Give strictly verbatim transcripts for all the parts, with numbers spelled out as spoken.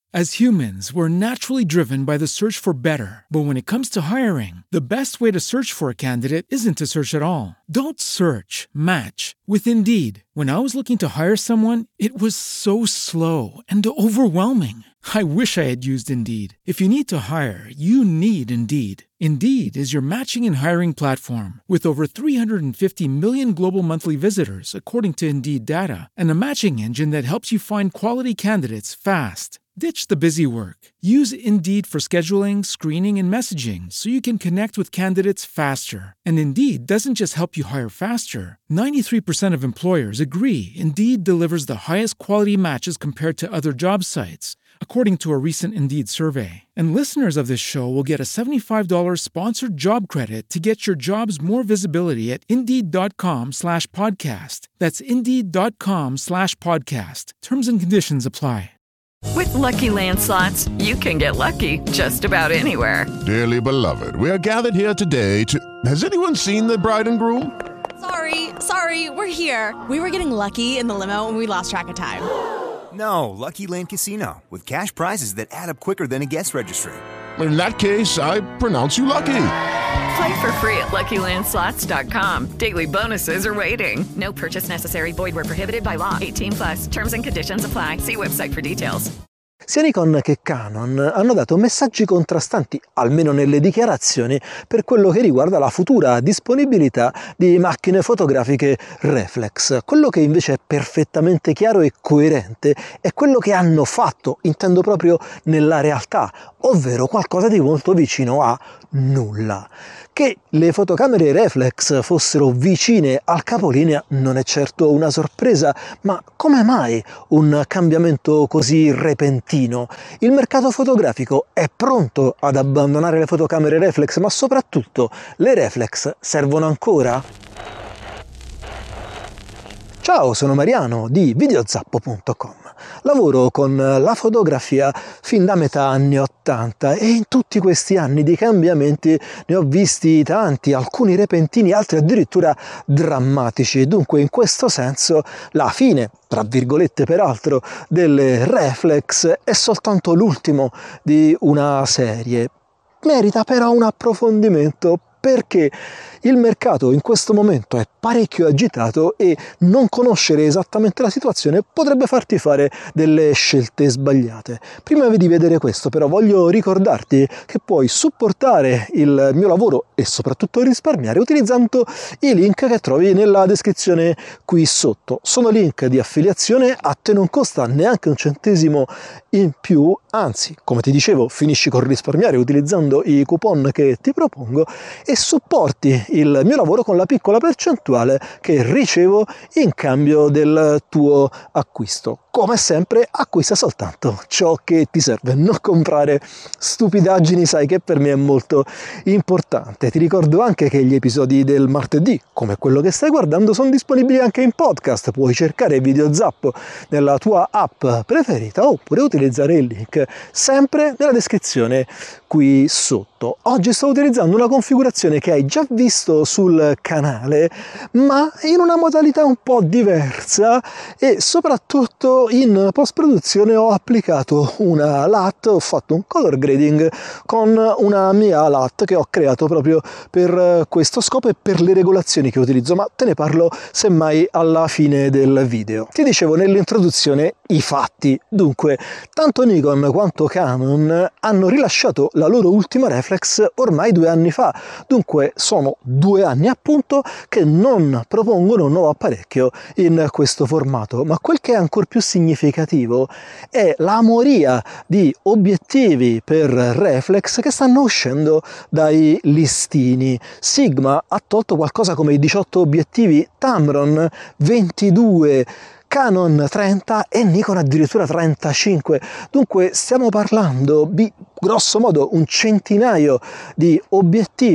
As humans, we're naturally driven by the search for better. But when it comes to hiring, the best way to search for a candidate isn't to search at all. Don't search, match with Indeed. When I was looking to hire someone, it was so slow and overwhelming. I wish I had used Indeed. If you need to hire, you need Indeed. Indeed is your matching and hiring platform with over three hundred fifty million global monthly visitors, according to Indeed data, and a matching engine that helps you find quality candidates fast. Ditch the busy work. Use Indeed for scheduling, screening, and messaging so you can connect with candidates faster. And Indeed doesn't just help you hire faster. ninety-three percent of employers agree Indeed delivers the highest quality matches compared to other job sites, according to a recent Indeed survey. And listeners of this show will get a seventy-five dollars sponsored job credit to get your jobs more visibility at Indeed.com slash podcast. That's Indeed.com slash podcast. Terms and conditions apply. With Lucky Land Slots, you can get lucky just about anywhere. Dearly beloved, we are gathered here today to... Has anyone seen the bride and groom? Sorry, sorry, we're here. We were getting lucky in the limo and we lost track of time. No, Lucky Land Casino, with cash prizes that add up quicker than a guest registry. In that case, I pronounce you lucky. Play for free at Lucky Land Slots dot com. Daily bonuses are waiting. No purchase necessary. Void where prohibited by law. eighteen plus. Terms and conditions apply. See website for details. Sia Nikon che Canon hanno dato messaggi contrastanti, almeno nelle dichiarazioni, per quello che riguarda la futura disponibilità di macchine fotografiche reflex. Quello che invece è perfettamente chiaro e coerente è quello che hanno fatto, intendo proprio nella realtà, ovvero qualcosa di molto vicino a nulla. Che le fotocamere reflex fossero vicine al capolinea non è certo una sorpresa, ma come mai un cambiamento così repentino? Il mercato fotografico è pronto ad abbandonare le fotocamere reflex, ma soprattutto le reflex servono ancora? Ciao, sono Mariano di videozappo punto com. Lavoro con la fotografia fin da metà anni ottanta e in tutti questi anni di cambiamenti ne ho visti tanti, alcuni repentini, altri addirittura drammatici. Dunque, in questo senso, la fine, tra virgolette peraltro, delle reflex è soltanto l'ultimo di una serie. Merita però un approfondimento, perché il mercato in questo momento è parecchio agitato e non conoscere esattamente la situazione potrebbe farti fare delle scelte sbagliate. Prima di vedere questo, però, voglio ricordarti che puoi supportare il mio lavoro e soprattutto risparmiare utilizzando i link che trovi nella descrizione qui sotto. Sono link di affiliazione, a te non costa neanche un centesimo in più, anzi, come ti dicevo, finisci con risparmiare utilizzando i coupon che ti propongo e supporti il mio lavoro con la piccola percentuale che ricevo in cambio del tuo acquisto. Come sempre, acquista soltanto ciò che ti serve, non comprare stupidaggini, sai che per me è molto importante. Ti ricordo anche che gli episodi del martedì, come quello che stai guardando, sono disponibili anche in podcast. Puoi cercare Videozappo nella tua app preferita oppure utilizzare il link sempre nella descrizione qui sotto. Oggi sto utilizzando una configurazione che hai già visto sul canale, ma in una modalità un po' diversa, e soprattutto in post-produzione ho applicato una L A T, ho fatto un color grading con una mia L A T che ho creato proprio per questo scopo e per le regolazioni che utilizzo, ma te ne parlo semmai alla fine del video. Ti dicevo nell'introduzione i fatti. Dunque, tanto Nikon quanto Canon hanno rilasciato la loro ultima reflex ormai due anni fa, dunque sono due anni appunto che non propongono un nuovo apparecchio in questo formato. Ma quel che è ancora più significativo è la moria di obiettivi per reflex che stanno uscendo dai listini. Sigma ha tolto qualcosa come i diciotto obiettivi, Tamron ventidue, Canon trenta e Nikon addirittura trentacinque. Dunque stiamo parlando di grosso modo un centinaio di obiettivi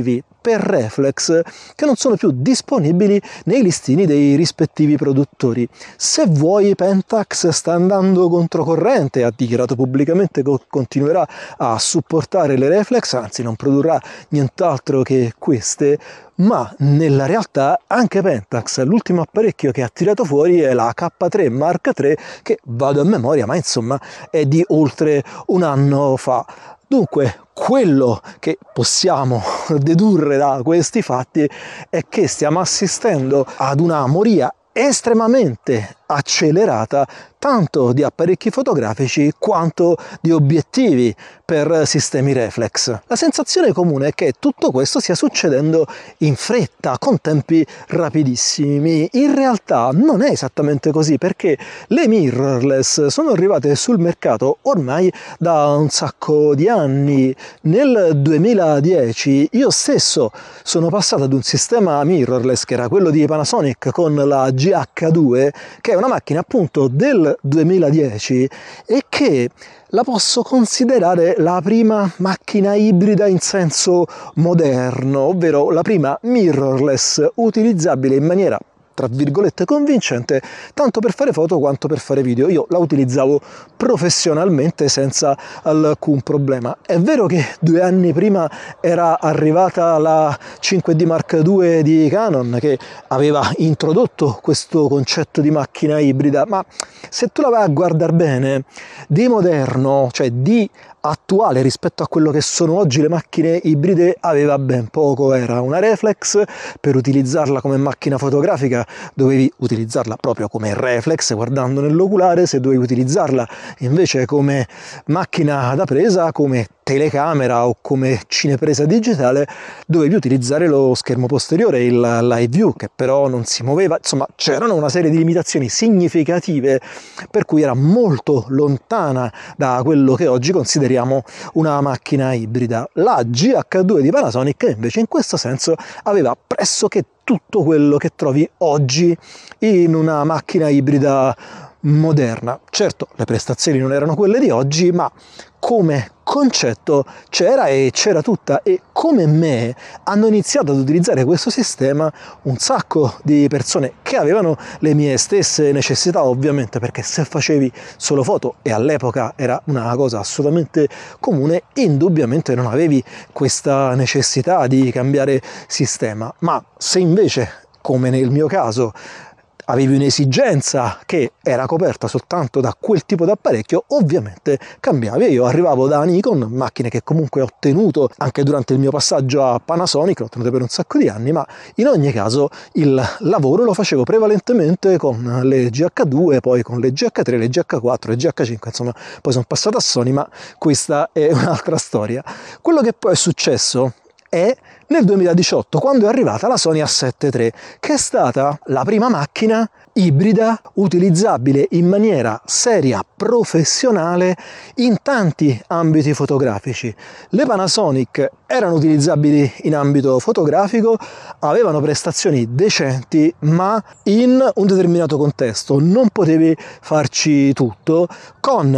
per reflex che non sono più disponibili nei listini dei rispettivi produttori. Se vuoi, Pentax sta andando controcorrente, ha dichiarato pubblicamente che continuerà a supportare le reflex, anzi non produrrà nient'altro che queste, ma nella realtà anche Pentax, l'ultimo apparecchio che ha tirato fuori è la K tre Mark tre, che vado a memoria, ma insomma è di oltre un anno fa. Dunque, quello che possiamo dedurre da questi fatti è che stiamo assistendo ad una moria estremamente accelerata tanto di apparecchi fotografici quanto di obiettivi per sistemi reflex. La sensazione comune è che tutto questo stia succedendo in fretta, con tempi rapidissimi. In realtà non è esattamente così, perché le mirrorless sono arrivate sul mercato ormai da un sacco di anni. Nel duemiladieci io stesso sono passato ad un sistema mirrorless che era quello di Panasonic con la G H due, che è una macchina appunto del duemiladieci e che la posso considerare la prima macchina ibrida in senso moderno, ovvero la prima mirrorless utilizzabile in maniera tra virgolette convincente, tanto per fare foto quanto per fare video. Io la utilizzavo professionalmente senza alcun problema. È vero che due anni prima era arrivata la cinque D Mark due di Canon, che aveva introdotto questo concetto di macchina ibrida, ma se tu la vai a guardare bene, di moderno, cioè di attuale rispetto a quello che sono oggi le macchine ibride, aveva ben poco. Era una reflex, per utilizzarla come macchina fotografica dovevi utilizzarla proprio come reflex guardando nell'oculare, se dovevi utilizzarla invece come macchina da presa, come telecamera o come cinepresa digitale, dovevi utilizzare lo schermo posteriore, il live view, che però non si muoveva. Insomma, c'erano una serie di limitazioni significative per cui era molto lontana da quello che oggi consideriamo una macchina ibrida. La G H due di Panasonic invece in questo senso aveva pressoché tutto quello che trovi oggi in una macchina ibrida moderna. Certo, le prestazioni non erano quelle di oggi, ma come concetto c'era e c'era tutta, e come me hanno iniziato ad utilizzare questo sistema un sacco di persone che avevano le mie stesse necessità, ovviamente, perché se facevi solo foto, e all'epoca era una cosa assolutamente comune, indubbiamente non avevi questa necessità di cambiare sistema. Ma se invece, come nel mio caso, avevi un'esigenza che era coperta soltanto da quel tipo di apparecchio, ovviamente cambiavi. Io arrivavo da Nikon, macchine che comunque ho tenuto anche durante il mio passaggio a Panasonic, l'ho tenute per un sacco di anni, ma in ogni caso il lavoro lo facevo prevalentemente con le G H due, poi con le G H tre, le G H quattro, le G H cinque, insomma, poi sono passato a Sony, ma questa è un'altra storia. Quello che poi è successo è nel duemiladiciotto, quando è arrivata la Sony A sette tre, che è stata la prima macchina ibrida utilizzabile in maniera seria, professionale, in tanti ambiti fotografici. Le Panasonic erano utilizzabili in ambito fotografico, avevano prestazioni decenti, ma in un determinato contesto non potevi farci tutto. Con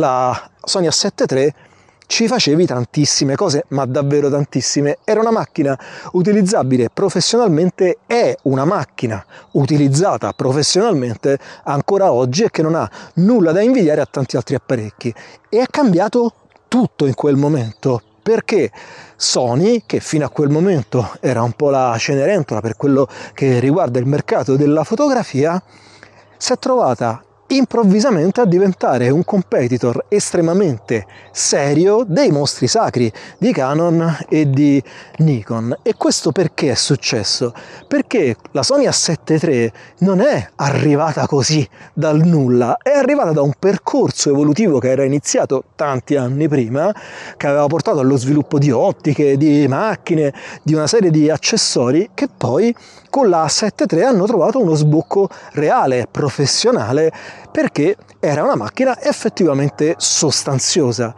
la Sony A sette tre ci facevi tantissime cose, ma davvero tantissime. Era una macchina utilizzabile professionalmente, è una macchina utilizzata professionalmente ancora oggi e che non ha nulla da invidiare a tanti altri apparecchi. E è cambiato tutto in quel momento, perché Sony, che fino a quel momento era un po' la Cenerentola per quello che riguarda il mercato della fotografia, si è trovata improvvisamente a diventare un competitor estremamente serio dei mostri sacri di Canon e di Nikon. E questo perché è successo? Perché la Sony A sette tre non è arrivata così dal nulla, è arrivata da un percorso evolutivo che era iniziato tanti anni prima, che aveva portato allo sviluppo di ottiche, di macchine, di una serie di accessori, che poi con la A sette tre hanno trovato uno sbocco reale, professionale, perché era una macchina effettivamente sostanziosa.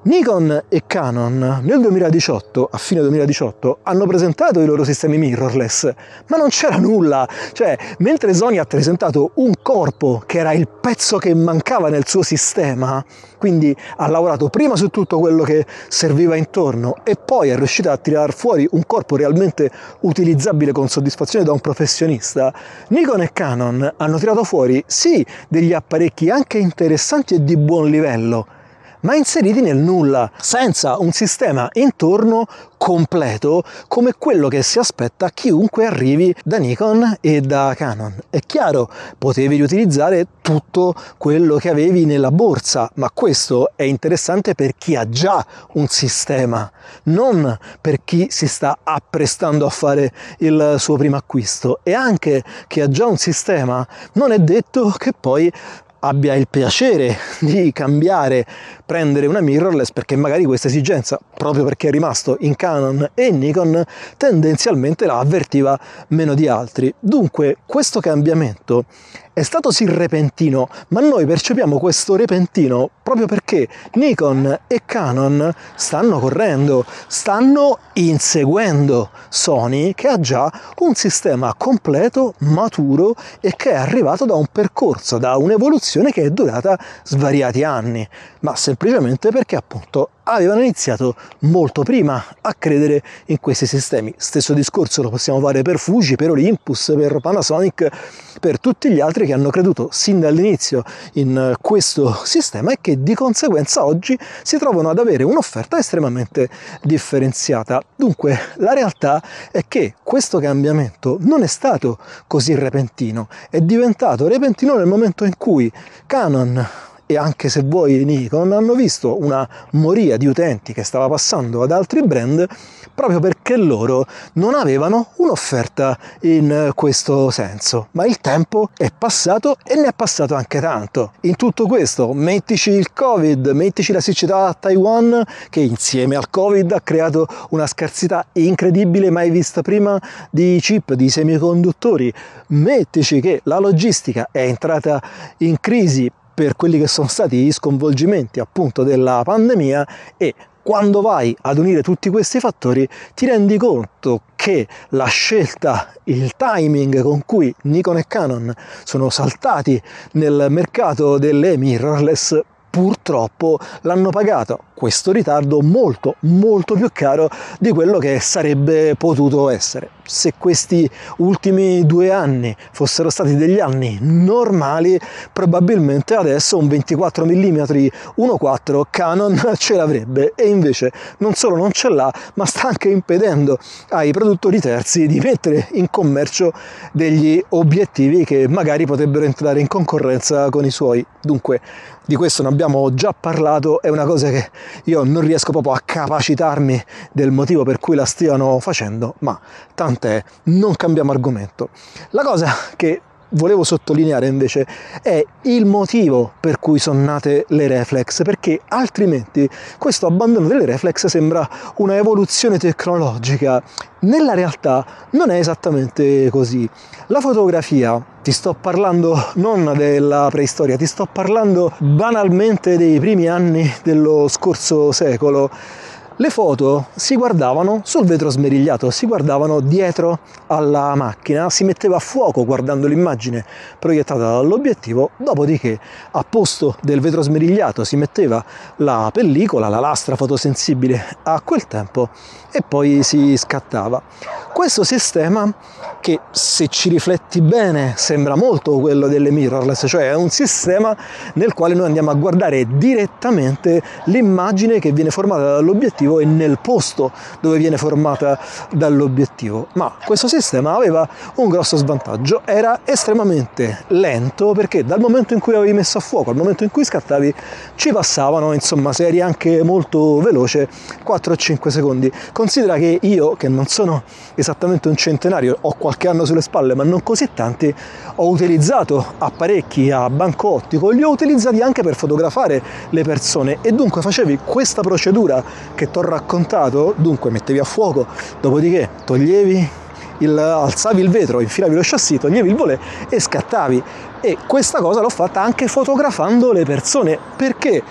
Nikon e Canon nel duemiladiciotto, a fine duemiladiciotto, hanno presentato i loro sistemi mirrorless, ma non c'era nulla. Cioè, mentre Sony ha presentato un corpo che era il pezzo che mancava nel suo sistema, quindi ha lavorato prima su tutto quello che serviva intorno e poi è riuscita a tirar fuori un corpo realmente utilizzabile con soddisfazione da un professionista, Nikon e Canon hanno tirato fuori sì degli apparecchi anche interessanti e di buon livello, ma inseriti nel nulla, senza un sistema intorno completo come quello che si aspetta chiunque arrivi da Nikon e da Canon. È chiaro, potevi riutilizzare tutto quello che avevi nella borsa, ma questo è interessante per chi ha già un sistema, non per chi si sta apprestando a fare il suo primo acquisto. E anche chi ha già un sistema non è detto che poi abbia il piacere di cambiare, prendere una mirrorless, perché magari questa esigenza, proprio perché è rimasto in Canon e in Nikon, tendenzialmente la avvertiva meno di altri. Dunque questo cambiamento è stato sì repentino, ma noi percepiamo questo repentino proprio perché Nikon e Canon stanno correndo, stanno inseguendo Sony, che ha già un sistema completo, maturo e che è arrivato da un percorso, da un'evoluzione che è durata svariati anni, ma semplicemente perché appunto avevano iniziato molto prima a credere in questi sistemi. Stesso discorso lo possiamo fare per Fuji, per Olympus, per Panasonic, per tutti gli altri che hanno creduto sin dall'inizio in questo sistema e che di conseguenza oggi si trovano ad avere un'offerta estremamente differenziata. Dunque la realtà è che questo cambiamento non è stato così repentino, è diventato repentino nel momento in cui Canon e anche se vuoi Nikon hanno visto una moria di utenti che stava passando ad altri brand proprio perché loro non avevano un'offerta in questo senso. Ma il tempo è passato e ne è passato anche tanto. In tutto questo mettici il Covid, mettici la siccità a Taiwan, che insieme al Covid ha creato una scarsità incredibile mai vista prima di chip, di semiconduttori, mettici che la logistica è entrata in crisi per quelli che sono stati gli sconvolgimenti appunto della pandemia, e quando vai ad unire tutti questi fattori ti rendi conto che la scelta, il timing con cui Nikon e Canon sono saltati nel mercato delle mirrorless purtroppo l'hanno pagato questo ritardo molto molto più caro di quello che sarebbe potuto essere. Se questi ultimi due anni fossero stati degli anni normali, probabilmente adesso un ventiquattro millimetri uno virgola quattro Canon ce l'avrebbe, e invece non solo non ce l'ha, ma sta anche impedendo ai produttori terzi di mettere in commercio degli obiettivi che magari potrebbero entrare in concorrenza con i suoi. Dunque di questo ne abbiamo già parlato, è una cosa che io non riesco proprio a capacitarmi del motivo per cui la stiano facendo, ma tant'è, non cambiamo argomento. La cosa che volevo sottolineare invece è il motivo per cui sono nate le reflex, perché altrimenti questo abbandono delle reflex sembra una evoluzione tecnologica. Nella realtà non è esattamente così. La fotografia, ti sto parlando non della preistoria, ti sto parlando banalmente dei primi anni dello scorso secolo. Le foto si guardavano sul vetro smerigliato, si guardavano dietro alla macchina, si metteva a fuoco guardando l'immagine proiettata dall'obiettivo, dopodiché a posto del vetro smerigliato si metteva la pellicola, la lastra fotosensibile a quel tempo, e poi si scattava. Questo sistema, che se ci rifletti bene sembra molto quello delle mirrorless, cioè è un sistema nel quale noi andiamo a guardare direttamente l'immagine che viene formata dall'obiettivo e nel posto dove viene formata dall'obiettivo. Ma questo sistema aveva un grosso svantaggio: era estremamente lento, perché dal momento in cui avevi messo a fuoco al momento in cui scattavi ci passavano, insomma, se eri anche molto veloce, quattro o cinque secondi. Considera che io, che non sono esattamente un centenario, ho qualche anno sulle spalle ma non così tanti, ho utilizzato apparecchi a banco ottico, li ho utilizzati anche per fotografare le persone, e dunque facevi questa procedura che ti ho raccontato. Dunque mettevi a fuoco, dopodiché toglievi il, alzavi il vetro, infilavi lo chassis, toglievi il volé e scattavi. E questa cosa l'ho fatta anche fotografando le persone, perché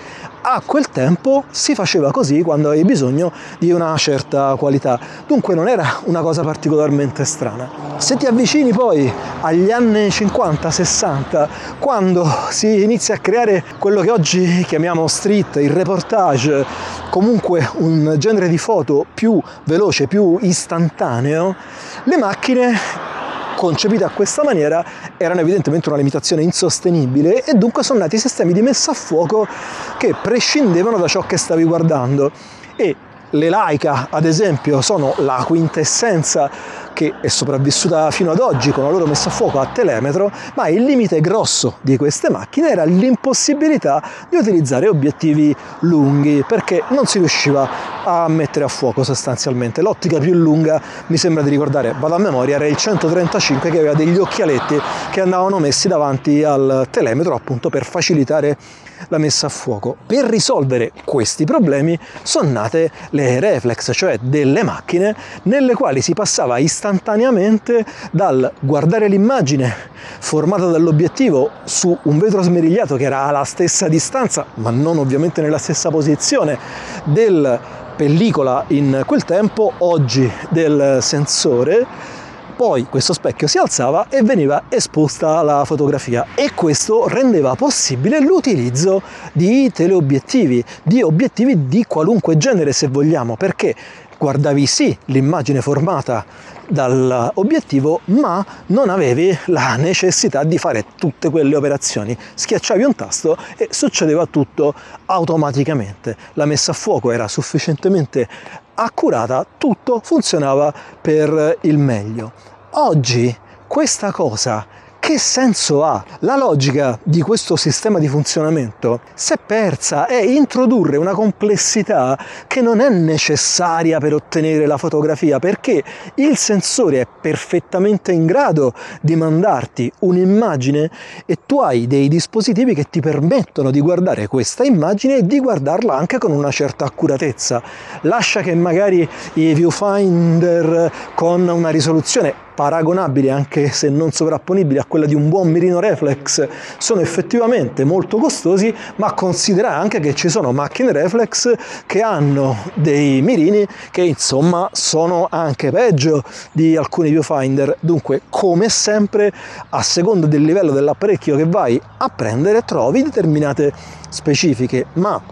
a quel tempo si faceva così quando avevi bisogno di una certa qualità, dunque non era una cosa particolarmente strana. Se ti avvicini poi agli anni cinquanta sessanta, quando si inizia a creare quello che oggi chiamiamo street, il reportage, comunque un genere di foto più veloce, più istantaneo, le macchine concepite a questa maniera erano evidentemente una limitazione insostenibile e dunque sono nati sistemi di messa a fuoco che prescindevano da ciò che stavi guardando. E le Leica, ad esempio, sono la quintessenza che è sopravvissuta fino ad oggi con la loro messa a fuoco a telemetro, ma il limite grosso di queste macchine era l'impossibilità di utilizzare obiettivi lunghi, perché non si riusciva a mettere a fuoco sostanzialmente. L'ottica più lunga, mi sembra di ricordare, vado a memoria, era il centotrentacinque, che aveva degli occhialetti che andavano messi davanti al telemetro appunto per facilitare la messa a fuoco. Per risolvere questi problemi sono nate le reflex, cioè delle macchine nelle quali si passava istantaneamente dal guardare l'immagine formata dall'obiettivo su un vetro smerigliato che era alla stessa distanza, ma non ovviamente nella stessa posizione, del pellicola in quel tempo, oggi del sensore. Poi questo specchio si alzava e veniva esposta la fotografia, e questo rendeva possibile l'utilizzo di teleobiettivi, di obiettivi di qualunque genere se vogliamo, perché guardavi sì l'immagine formata dall'obiettivo, ma non avevi la necessità di fare tutte quelle operazioni. Schiacciavi un tasto e succedeva tutto automaticamente. La messa a fuoco era sufficientemente accurata, tutto funzionava per il meglio. Oggi questa cosa che senso ha? La logica di questo sistema di funzionamento si è persa, è introdurre una complessità che non è necessaria per ottenere la fotografia, perché il sensore è perfettamente in grado di mandarti un'immagine e tu hai dei dispositivi che ti permettono di guardare questa immagine e di guardarla anche con una certa accuratezza. Lascia che magari i viewfinder con una risoluzione paragonabili, anche se non sovrapponibili, a quella di un buon mirino reflex sono effettivamente molto costosi, ma considera anche che ci sono macchine reflex che hanno dei mirini che insomma sono anche peggio di alcuni viewfinder. Dunque, come sempre, a seconda del livello dell'apparecchio che vai a prendere, trovi determinate specifiche, ma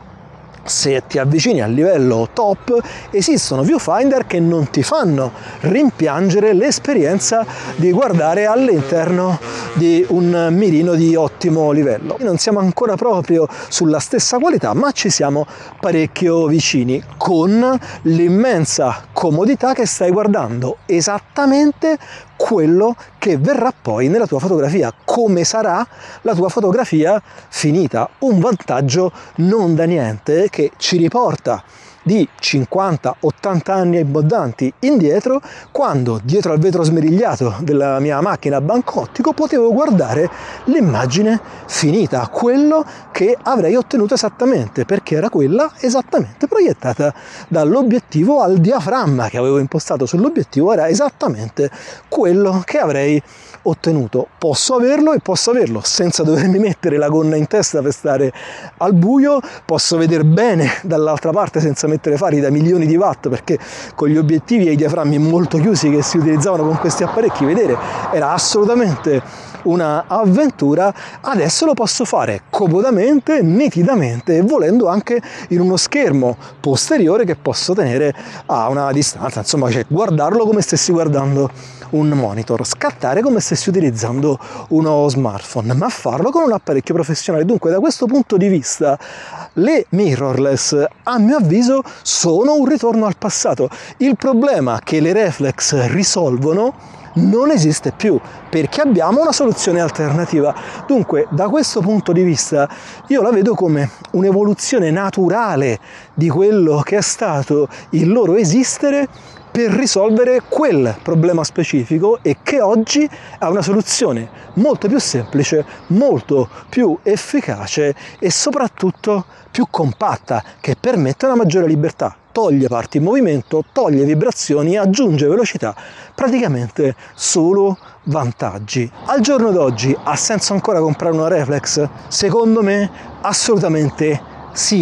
se ti avvicini al livello top esistono viewfinder che non ti fanno rimpiangere l'esperienza di guardare all'interno di un mirino di ottimo livello. Non siamo ancora proprio sulla stessa qualità, ma ci siamo parecchio vicini, con l'immensa comodità che stai guardando esattamente quello che verrà poi nella tua fotografia, come sarà la tua fotografia finita. Un vantaggio non da niente che ci riporta di cinquanta ottanta anni abbondanti indietro, quando dietro al vetro smerigliato della mia macchina a banco ottico potevo guardare l'immagine finita, quello che avrei ottenuto esattamente, perché era quella esattamente proiettata dall'obiettivo al diaframma che avevo impostato sull'obiettivo, era esattamente quello che avrei ottenuto. Posso averlo e posso averlo senza dovermi mettere la gonna in testa per stare al buio, posso vedere bene dall'altra parte senza mettere fari da milioni di watt, perché con gli obiettivi e i diaframmi molto chiusi che si utilizzavano con questi apparecchi vedere era assolutamente una avventura. Adesso lo posso fare comodamente, nitidamente, e volendo anche in uno schermo posteriore che posso tenere a una distanza, insomma, cioè guardarlo come stessi guardando un monitor, scattare come stessi utilizzando uno smartphone, ma farlo con un apparecchio professionale. Dunque, da questo punto di vista, le mirrorless, a mio avviso, sono un ritorno al passato. Il problema che le reflex risolvono non esiste più, perché abbiamo una soluzione alternativa. Dunque, da questo punto di vista, io la vedo come un'evoluzione naturale di quello che è stato il loro esistere per risolvere quel problema specifico, e che oggi ha una soluzione molto più semplice, molto più efficace e soprattutto più compatta, che permette una maggiore libertà. Toglie parti in movimento, toglie vibrazioni, aggiunge velocità, praticamente solo vantaggi. Al giorno d'oggi ha senso ancora comprare una reflex? Secondo me assolutamente sì.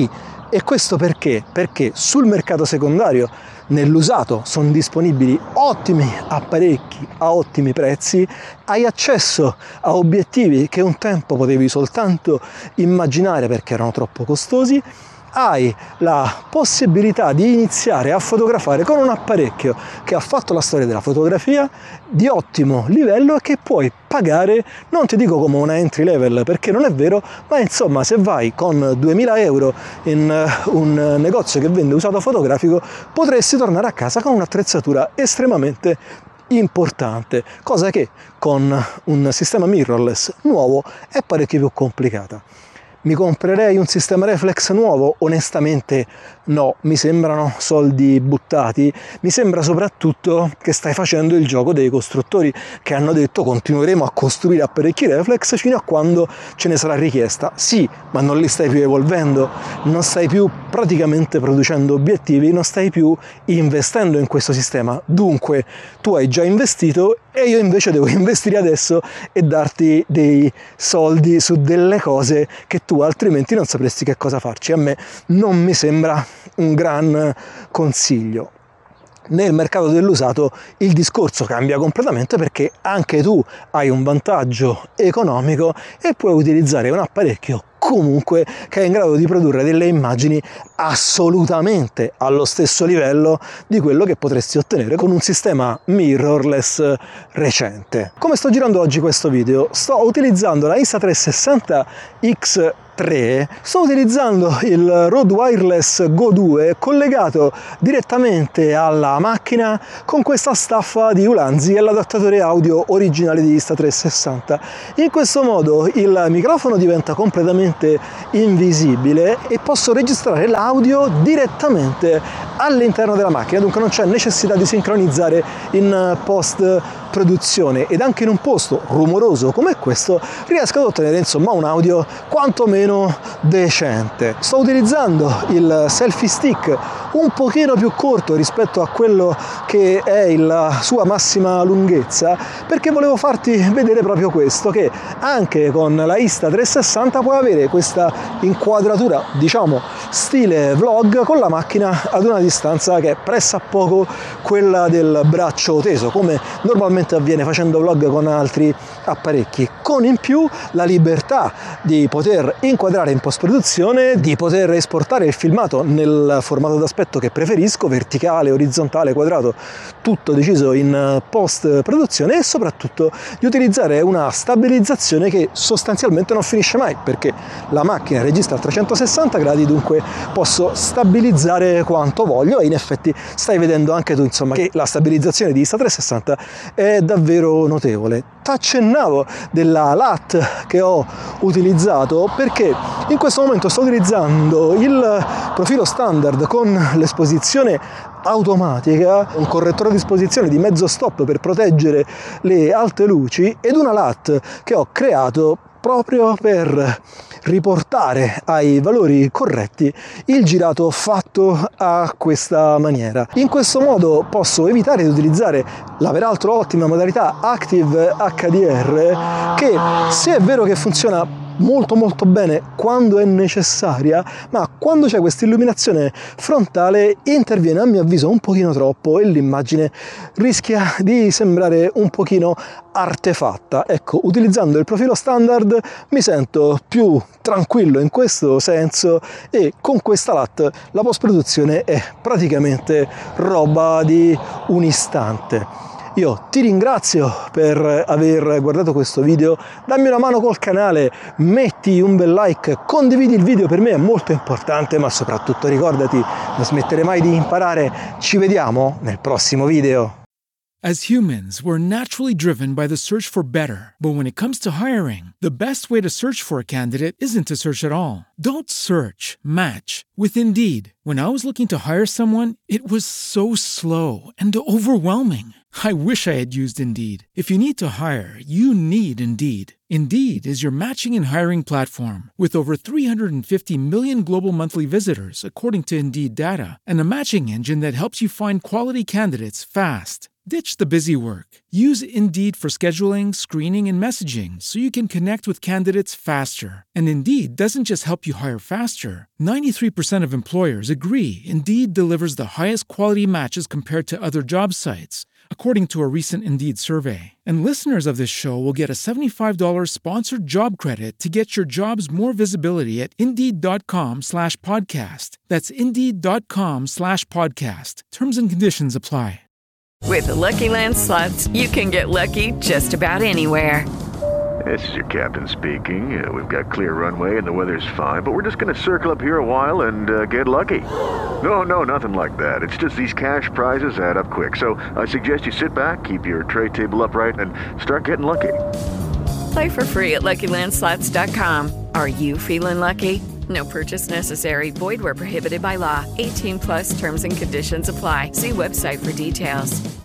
E questo perché? Perché sul mercato secondario, nell'usato, sono disponibili ottimi apparecchi a ottimi prezzi, hai accesso a obiettivi che un tempo potevi soltanto immaginare perché erano troppo costosi, hai la possibilità di iniziare a fotografare con un apparecchio che ha fatto la storia della fotografia di ottimo livello e che puoi pagare, non ti dico come una entry level perché non è vero, ma insomma se vai con duemila euro in un negozio che vende usato fotografico potresti tornare a casa con un'attrezzatura estremamente importante, cosa che con un sistema mirrorless nuovo è parecchio più complicata. Mi comprerei un sistema reflex nuovo? Onestamente no, mi sembrano soldi buttati, mi sembra soprattutto che stai facendo il gioco dei costruttori che hanno detto continueremo a costruire apparecchi reflex fino a quando ce ne sarà richiesta. Sì, ma non li stai più evolvendo, non stai più praticamente producendo obiettivi, non stai più investendo in questo sistema, dunque tu hai già investito e io invece devo investire adesso e darti dei soldi su delle cose che tu altrimenti non sapresti che cosa farci. A me non mi sembra un gran consiglio. Nel mercato dell'usato il discorso cambia completamente perché anche tu hai un vantaggio economico e puoi utilizzare un apparecchio comunque che è in grado di produrre delle immagini assolutamente allo stesso livello di quello che potresti ottenere con un sistema mirrorless recente. Come sto girando oggi questo video? Sto utilizzando la Insta360 X tre, sto utilizzando il Rode Wireless Go due collegato direttamente alla macchina con questa staffa di Ulanzi e l'adattatore audio originale di Insta360. In questo modo il microfono diventa completamente invisibile e posso registrare l'audio direttamente all'interno della macchina, dunque non c'è necessità di sincronizzare in post produzione ed anche in un posto rumoroso come questo riesco ad ottenere insomma un audio quantomeno decente. Sto utilizzando il selfie stick un pochino più corto rispetto a quello che è la sua massima lunghezza perché volevo farti vedere proprio questo, che anche con la Insta360 puoi avere questa inquadratura diciamo stile vlog con la macchina ad una distanza che è pressappoco quella del braccio teso come normalmente avviene facendo vlog con altri apparecchi, con in più la libertà di poter inquadrare in post-produzione, di poter esportare il filmato nel formato d'aspetto che preferisco, verticale, orizzontale, quadrato, tutto deciso in post-produzione e soprattutto di utilizzare una stabilizzazione che sostanzialmente non finisce mai perché la macchina registra a trecentosessanta gradi, dunque posso stabilizzare quanto voglio e in effetti stai vedendo anche tu insomma che la stabilizzazione di Insta360 è davvero notevole. T'accennavo della L A T che ho utilizzato perché in questo momento sto utilizzando il profilo standard con l'esposizione automatica, un correttore di esposizione di mezzo stop per proteggere le alte luci ed una L A T che ho creato proprio per riportare ai valori corretti il girato fatto a questa maniera. In questo modo posso evitare di utilizzare la peraltro ottima modalità Active H D R che, se è vero che funziona molto molto bene quando è necessaria, ma quando c'è questa illuminazione frontale interviene a mio avviso un pochino troppo e l'immagine rischia di sembrare un pochino artefatta. Ecco, utilizzando il profilo standard mi sento più tranquillo in questo senso e con questa L A T la post-produzione è praticamente roba di un istante. Io ti ringrazio per aver guardato questo video, dammi una mano col canale, metti un bel like, condividi il video, per me è molto importante, ma soprattutto ricordati, non smettere mai di imparare. Ci vediamo nel prossimo video. As humans, we're naturally driven by the search for better. But when it comes to hiring, the best way to search for a candidate isn't to search at all. Don't search, match with Indeed. When I was looking to hire someone, it was so slow and overwhelming. I wish I had used Indeed. If you need to hire, you need Indeed. Indeed is your matching and hiring platform with over three hundred fifty million global monthly visitors, according to Indeed data, and a matching engine that helps you find quality candidates fast. Ditch the busy work. Use Indeed for scheduling, screening, and messaging so you can connect with candidates faster. And Indeed doesn't just help you hire faster. ninety-three percent of employers agree Indeed delivers the highest quality matches compared to other job sites, according to a recent Indeed survey. And listeners of this show will get a seventy-five dollars sponsored job credit to get your jobs more visibility at Indeed.com slash podcast. That's Indeed.com slash podcast. Terms and conditions apply. With the Lucky Land Slots, you can get lucky just about anywhere. This is your captain speaking. Uh, we've got clear runway and the weather's fine, but we're just going to circle up here a while and uh, get lucky. No, no, nothing like that. It's just these cash prizes add up quick. So I suggest you sit back, keep your tray table upright, and start getting lucky. Play for free at Lucky Land Slots dot com. Are you feeling lucky? No purchase necessary. Void where prohibited by law. eighteen plus terms and conditions apply. See website for details.